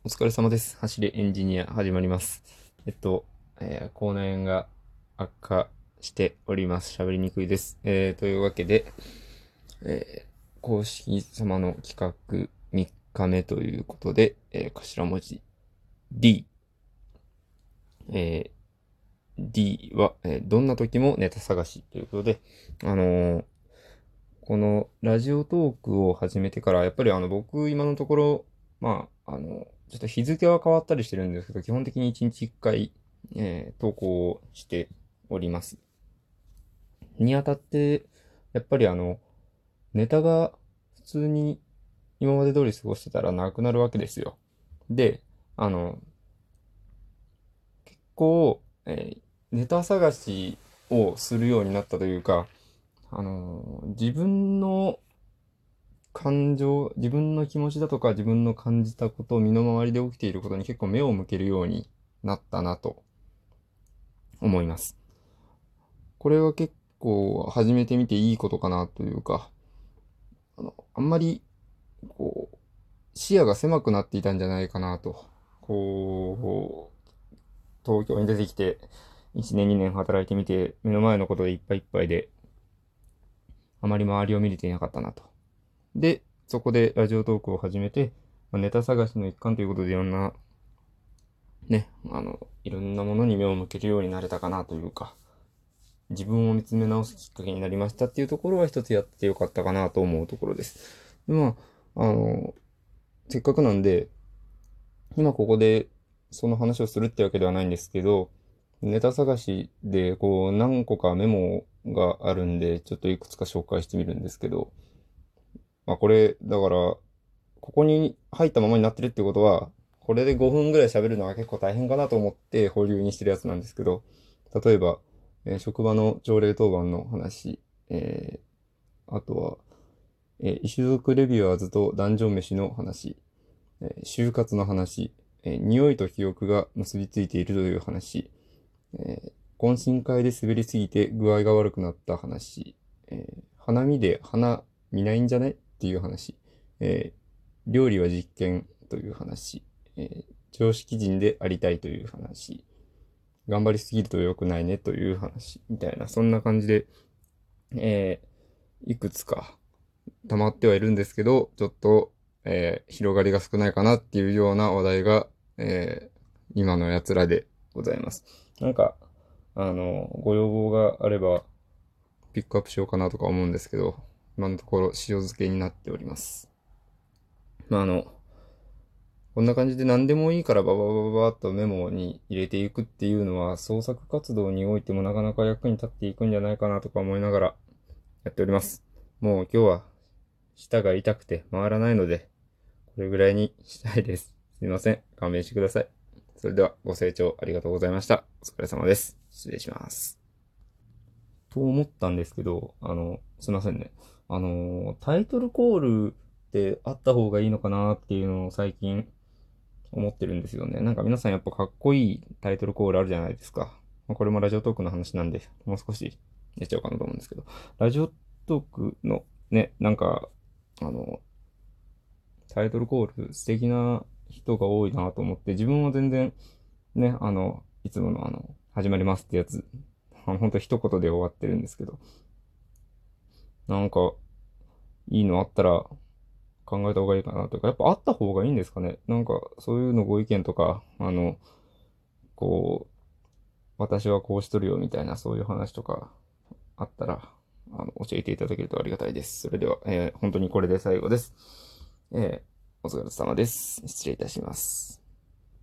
お疲れ様です。走れエンジニア始まります。口内炎が悪化しております。喋りにくいです。というわけで、公式様の企画3日目ということで、頭文字 D。え D は、どんな時もネタ探しということで、あのーこのラジオトークを始めてから、やっぱり僕今のところ、ちょっと日付は変わったりしてるんですけど、基本的に1日1回、投稿をしております。にあたって、やっぱりネタが普通に今まで通り過ごしてたらなくなるわけですよ。で、あの、ネタ探しをするようになったというか、自分の自分の気持ちだとか自分の感じたこと、身の回りで起きていることに結構目を向けるようになったなと思います。これは結構始めてみていいことかなというか、あんまりこう、視野が狭くなっていたんじゃないかなと。東京に出てきて1年2年働いてみて、目の前のことでいっぱいいっぱいで、あまり周りを見れていなかったなと。で、そこでラジオトークを始めて、ネタ探しの一環ということでいろんないろんなものに目を向けるようになれたかなというか、自分を見つめ直すきっかけになりましたっていうところは一つやっててよかったかなと思うところです。で、せっかくなんで、今ここでその話をするってわけではないんですけど、ネタ探しで何個かメモがあるんで、ちょっといくつか紹介してみるんですけど、これ、だから、ここに入ったままになってるってことは、これで5分ぐらい喋るのは結構大変かなと思って保留にしてるやつなんですけど、例えば、職場の朝礼当番の話、あとは、異種族レビュアーズとダンジョン飯の話、就活の話、匂いと記憶が結びついているという話、懇親会で滑りすぎて具合が悪くなった話、花見で花見ないんじゃないっていう話、え料理は実験という話、常識人でありたいという話、頑張りすぎると良くないねという話、みたいな、そんな感じで、えいくつか溜まってはいるんですけど、ちょっと、広がりが少ないかなっていうような話題が、今のやつらでございます。なんか、ご要望があれば、ピックアップしようかなとか思うんですけど、今のところ塩漬けになっております。まあ、こんな感じで何でもいいからバババババッとメモに入れていくっていうのは創作活動においてもなかなか役に立っていくんじゃないかなとか思いながらやっております。もう今日は舌が痛くて回らないので、これぐらいにしたいです。すいません。勘弁してください。それではご清聴ありがとうございました。お疲れ様です。失礼します。と思ったんですけど、すいませんね。タイトルコールってあった方がいいのかなっていうのを最近思ってるんですよね。なんか皆さんやっぱかっこいいタイトルコールあるじゃないですか。これもラジオトークの話なんで、もう少しやっちゃおうかなと思うんですけど、ラジオトークのね、あの、タイトルコール素敵な人が多いなと思って、自分は全然ね、いつもの始まりますってやつ、ほんと一言で終わってるんですけど、なんか、いいのあったら考えた方がいいかなというか、やっぱあった方がいいんですかね。なんか、そういうのご意見とか、こ私はこうしとるよみたいな、そういう話とかあったら、教えていただけるとありがたいです。それでは、本当にこれで最後です。お疲れ様です。失礼いたします。